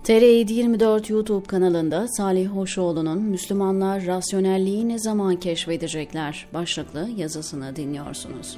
TR724 YouTube kanalında Salih Hoşoğlu'nun "Müslümanlar rasyonelliği ne zaman keşfedecekler?" başlıklı yazısını dinliyorsunuz.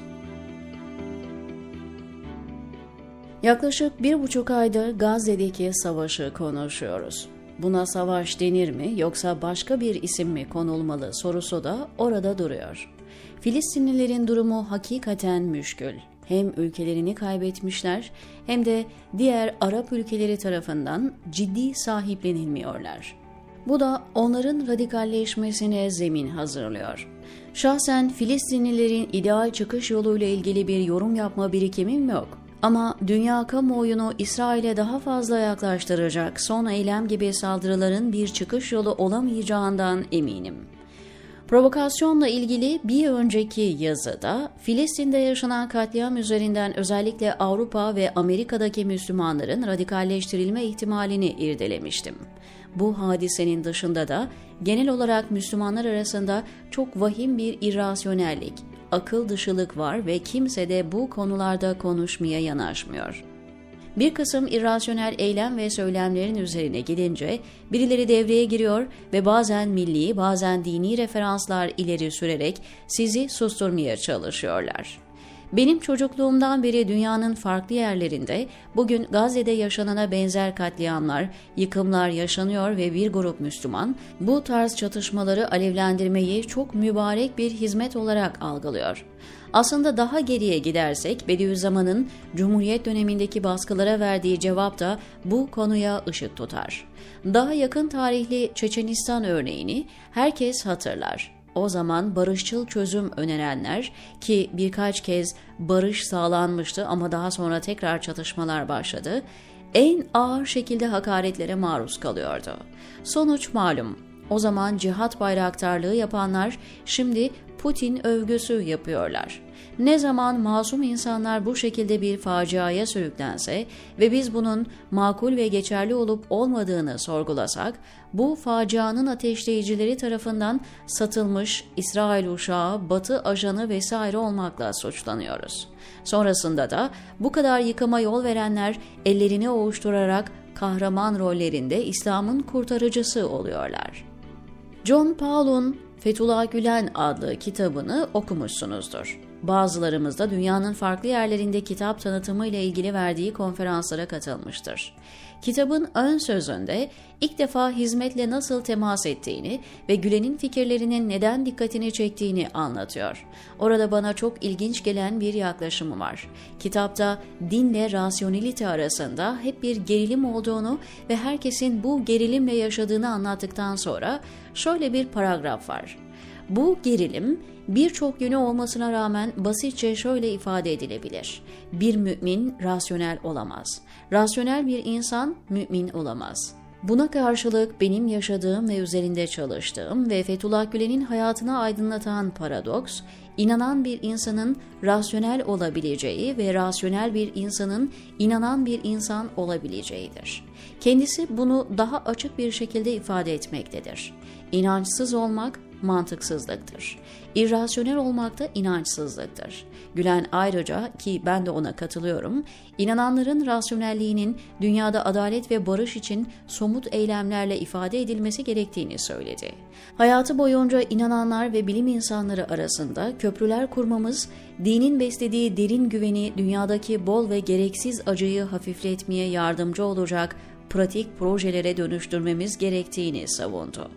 Yaklaşık 1,5 aydır Gazze'deki savaşı konuşuyoruz. Buna savaş denir mi yoksa başka bir isim mi konulmalı sorusu da orada duruyor. Filistinlilerin durumu hakikaten müşkül. Hem ülkelerini kaybetmişler hem de diğer Arap ülkeleri tarafından ciddi sahiplenilmiyorlar. Bu da onların radikalleşmesine zemin hazırlıyor. Şahsen Filistinlilerin ideal çıkış yoluyla ilgili bir yorum yapma birikimim yok. Ama dünya kamuoyunu İsrail'e daha fazla yaklaştıracak son eylem gibi saldırıların bir çıkış yolu olamayacağından eminim. Provokasyonla ilgili bir önceki yazıda Filistin'de yaşanan katliam üzerinden özellikle Avrupa ve Amerika'daki Müslümanların radikalleştirilme ihtimalini irdelemiştim. Bu hadisenin dışında da genel olarak Müslümanlar arasında çok vahim bir irrasyonellik, akıl dışılık var ve kimse de bu konularda konuşmaya yanaşmıyor. Bir kısım irrasyonel eylem ve söylemlerin üzerine gidince birileri devreye giriyor ve bazen milli, bazen dini referanslar ileri sürerek sizi susturmaya çalışıyorlar. Benim çocukluğumdan beri dünyanın farklı yerlerinde bugün Gazze'de yaşanana benzer katliamlar, yıkımlar yaşanıyor ve bir grup Müslüman bu tarz çatışmaları alevlendirmeyi çok mübarek bir hizmet olarak algılıyor. Aslında daha geriye gidersek Bediüzzaman'ın Cumhuriyet dönemindeki baskılara verdiği cevap da bu konuya ışık tutar. Daha yakın tarihli Çeçenistan örneğini herkes hatırlar. O zaman barışçıl çözüm önerenler ki birkaç kez barış sağlanmıştı ama daha sonra tekrar çatışmalar başladı, en ağır şekilde hakaretlere maruz kalıyordu. Sonuç malum. O zaman cihat bayraktarlığı yapanlar şimdi Putin övgüsü yapıyorlar. Ne zaman masum insanlar bu şekilde bir faciaya sürüklense ve biz bunun makul ve geçerli olup olmadığını sorgulasak, bu facianın ateşleyicileri tarafından satılmış İsrail uşağı, Batı ajanı vesaire olmakla suçlanıyoruz. Sonrasında da bu kadar yıkıma yol verenler ellerini ovuşturarak kahraman rollerinde İslam'ın kurtarıcısı oluyorlar. John Paul'un Fethullah Gülen adlı kitabını okumuşsunuzdur. Bazılarımız da dünyanın farklı yerlerinde kitap tanıtımı ile ilgili verdiği konferanslara katılmıştır. Kitabın ön sözünde ilk defa hizmetle nasıl temas ettiğini ve Gülen'in fikirlerinin neden dikkatini çektiğini anlatıyor. Orada bana çok ilginç gelen bir yaklaşımı var. Kitapta dinle rasyonelite arasında hep bir gerilim olduğunu ve herkesin bu gerilimle yaşadığını anlattıktan sonra şöyle bir paragraf var. Bu gerilim birçok yönü olmasına rağmen basitçe şöyle ifade edilebilir. Bir mümin rasyonel olamaz. Rasyonel bir insan mümin olamaz. Buna karşılık benim yaşadığım ve üzerinde çalıştığım ve Fethullah Gülen'in hayatını aydınlatan paradoks, inanan bir insanın rasyonel olabileceği ve rasyonel bir insanın inanan bir insan olabileceğidir. Kendisi bunu daha açık bir şekilde ifade etmektedir. İnançsız olmak mantıksızlıktır. İrrasyonel olmak da inançsızlıktır. Gülen ayrıca, ki ben de ona katılıyorum, inananların rasyonelliğinin dünyada adalet ve barış için somut eylemlerle ifade edilmesi gerektiğini söyledi. Hayatı boyunca inananlar ve bilim insanları arasında köprüler kurmamız, dinin beslediği derin güveni dünyadaki bol ve gereksiz acıyı hafifletmeye yardımcı olacak pratik projelere dönüştürmemiz gerektiğini savundu.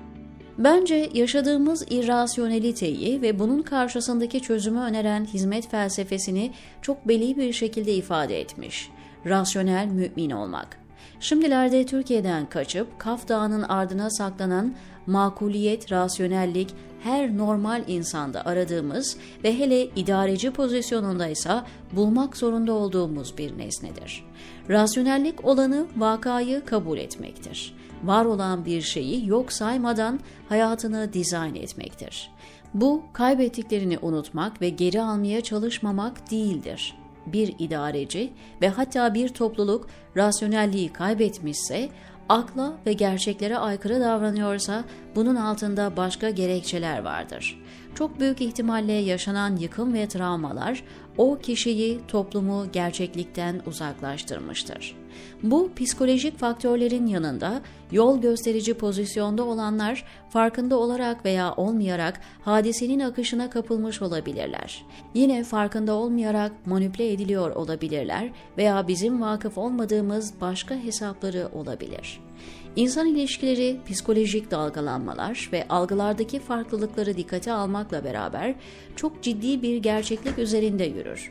Bence yaşadığımız irrasyoneliteyi ve bunun karşısındaki çözümü öneren hizmet felsefesini çok belli bir şekilde ifade etmiş. Rasyonel mümin olmak. Şimdilerde Türkiye'den kaçıp Kaf Dağı'nın ardına saklanan makuliyet, rasyonellik her normal insanda aradığımız ve hele idareci pozisyonundaysa bulmak zorunda olduğumuz bir nesnedir. Rasyonellik olanı vakayı kabul etmektir. Var olan bir şeyi yok saymadan hayatını dizayn etmektir. Bu kaybettiklerini unutmak ve geri almaya çalışmamak değildir. Bir idareci ve hatta bir topluluk rasyonelliği kaybetmişse, akla ve gerçeklere aykırı davranıyorsa bunun altında başka gerekçeler vardır. Çok büyük ihtimalle yaşanan yıkım ve travmalar o kişiyi, toplumu gerçeklikten uzaklaştırmıştır. Bu psikolojik faktörlerin yanında yol gösterici pozisyonda olanlar farkında olarak veya olmayarak hadisenin akışına kapılmış olabilirler. Yine farkında olmayarak manipüle ediliyor olabilirler veya bizim vakıf olmadığımız başka hesapları olabilir. İnsan ilişkileri, psikolojik dalgalanmalar ve algılardaki farklılıkları dikkate almakla beraber çok ciddi bir gerçeklik üzerinde yürür.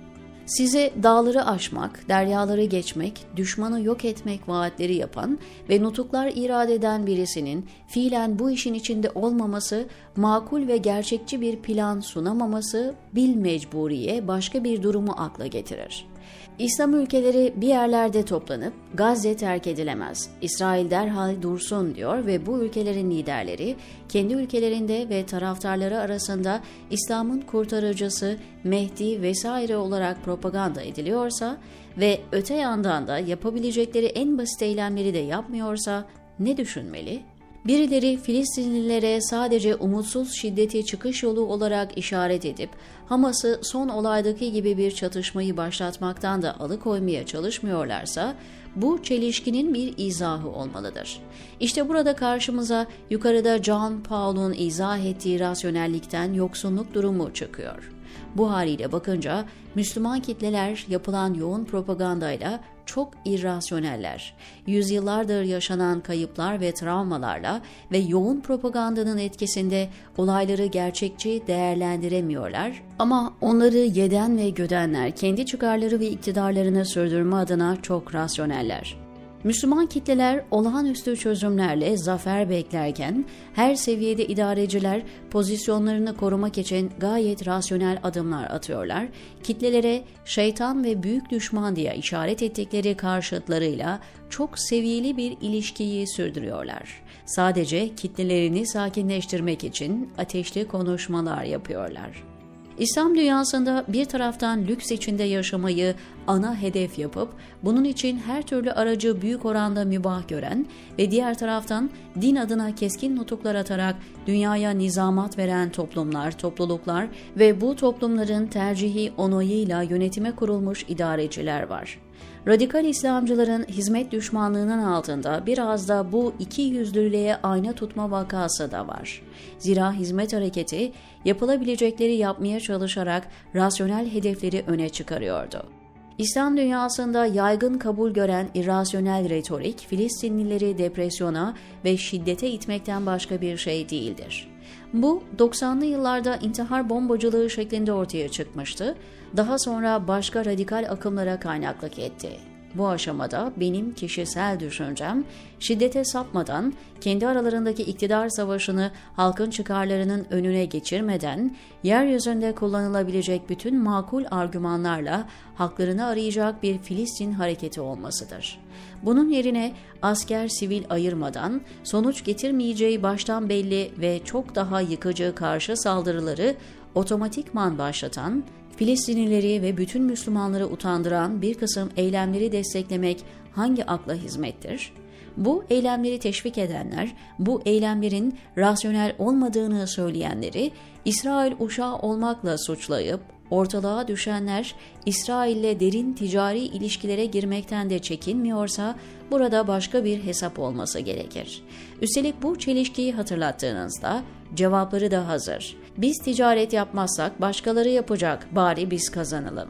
Size dağları aşmak, deryaları geçmek, düşmanı yok etmek vaatleri yapan ve nutuklar irade eden birisinin fiilen bu işin içinde olmaması, makul ve gerçekçi bir plan sunamaması bilmecburiye başka bir durumu akla getirir. İslam ülkeleri bir yerlerde toplanıp Gazze terk edilemez, İsrail derhal dursun diyor ve bu ülkelerin liderleri kendi ülkelerinde ve taraftarları arasında İslam'ın kurtarıcısı, Mehdi vesaire olarak propaganda ediliyorsa ve öte yandan da yapabilecekleri en basit eylemleri de yapmıyorsa ne düşünmeli? Birileri Filistinlilere sadece umutsuz şiddeti çıkış yolu olarak işaret edip Hamas'ı son olaydaki gibi bir çatışmayı başlatmaktan da alıkoymaya çalışmıyorlarsa bu çelişkinin bir izahı olmalıdır. İşte burada karşımıza yukarıda John Paul'un izah ettiği rasyonellikten yoksunluk durumu çıkıyor. Bu haliyle bakınca Müslüman kitleler yapılan yoğun propagandayla çok irrasyoneller. Yüzyıllardır yaşanan kayıplar ve travmalarla ve yoğun propagandanın etkisinde olayları gerçekçi değerlendiremiyorlar ama onları yeden ve gödenler kendi çıkarları ve iktidarlarını sürdürme adına çok rasyoneller. Müslüman kitleler olağanüstü çözümlerle zafer beklerken her seviyede idareciler pozisyonlarını korumak için gayet rasyonel adımlar atıyorlar. Kitlelere şeytan ve büyük düşman diye işaret ettikleri karşıtlarıyla çok seviyeli bir ilişkiyi sürdürüyorlar. Sadece kitlelerini sakinleştirmek için ateşli konuşmalar yapıyorlar. İslam dünyasında bir taraftan lüks içinde yaşamayı ana hedef yapıp bunun için her türlü aracı büyük oranda mübah gören ve diğer taraftan din adına keskin nutuklar atarak dünyaya nizamat veren toplumlar, topluluklar ve bu toplumların tercihi onayıyla yönetime kurulmuş idareciler var. Radikal İslamcıların hizmet düşmanlığının altında biraz da bu iki yüzlülüğe ayna tutma vakası da var. Zira hizmet hareketi yapılabilecekleri yapmaya çalışarak rasyonel hedefleri öne çıkarıyordu. İslam dünyasında yaygın kabul gören irrasyonel retorik Filistinlileri depresyona ve şiddete itmekten başka bir şey değildir. Bu 90'lı yıllarda intihar bombacılığı şeklinde ortaya çıkmıştı. Daha sonra başka radikal akımlara kaynaklık etti. Bu aşamada benim kişisel düşüncem şiddete sapmadan, kendi aralarındaki iktidar savaşını halkın çıkarlarının önüne geçirmeden, yeryüzünde kullanılabilecek bütün makul argümanlarla haklarını arayacak bir Filistin hareketi olmasıdır. Bunun yerine asker sivil ayırmadan sonuç getirmeyeceği baştan belli ve çok daha yıkıcı karşı saldırıları otomatikman başlatan, Filistinlileri ve bütün Müslümanları utandıran bir kısım eylemleri desteklemek hangi akla hizmettir? Bu eylemleri teşvik edenler, bu eylemlerin rasyonel olmadığını söyleyenleri İsrail uşağı olmakla suçlayıp, ortalığa düşenler İsrail'le derin ticari ilişkilere girmekten de çekinmiyorsa burada başka bir hesap olması gerekir. Üstelik bu çelişkiyi hatırlattığınızda cevapları da hazır. Biz ticaret yapmazsak başkaları yapacak, bari biz kazanalım.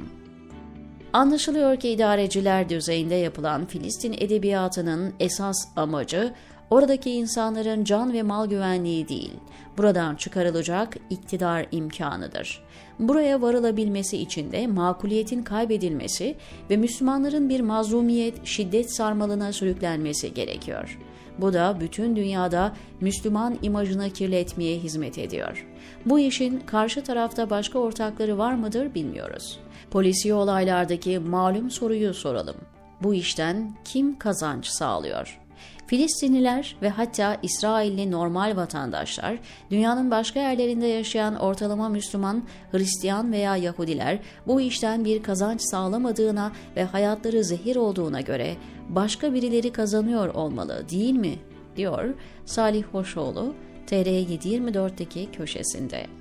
Anlaşılıyor ki idareciler düzeyinde yapılan Filistin edebiyatının esas amacı oradaki insanların can ve mal güvenliği değil, buradan çıkarılacak iktidar imkanıdır. Buraya varılabilmesi için de makuliyetin kaybedilmesi ve Müslümanların bir mazlumiyet, şiddet sarmalına sürüklenmesi gerekiyor. Bu da bütün dünyada Müslüman imajını kirletmeye hizmet ediyor. Bu işin karşı tarafta başka ortakları var mıdır bilmiyoruz. Polisiye olaylardaki malum soruyu soralım. Bu işten kim kazanç sağlıyor? Filistinliler ve hatta İsrailli normal vatandaşlar, dünyanın başka yerlerinde yaşayan ortalama Müslüman, Hristiyan veya Yahudiler bu işten bir kazanç sağlamadığına ve hayatları zehir olduğuna göre başka birileri kazanıyor olmalı değil mi? Diyor Salih Hoşoğlu, TR724'deki köşesinde.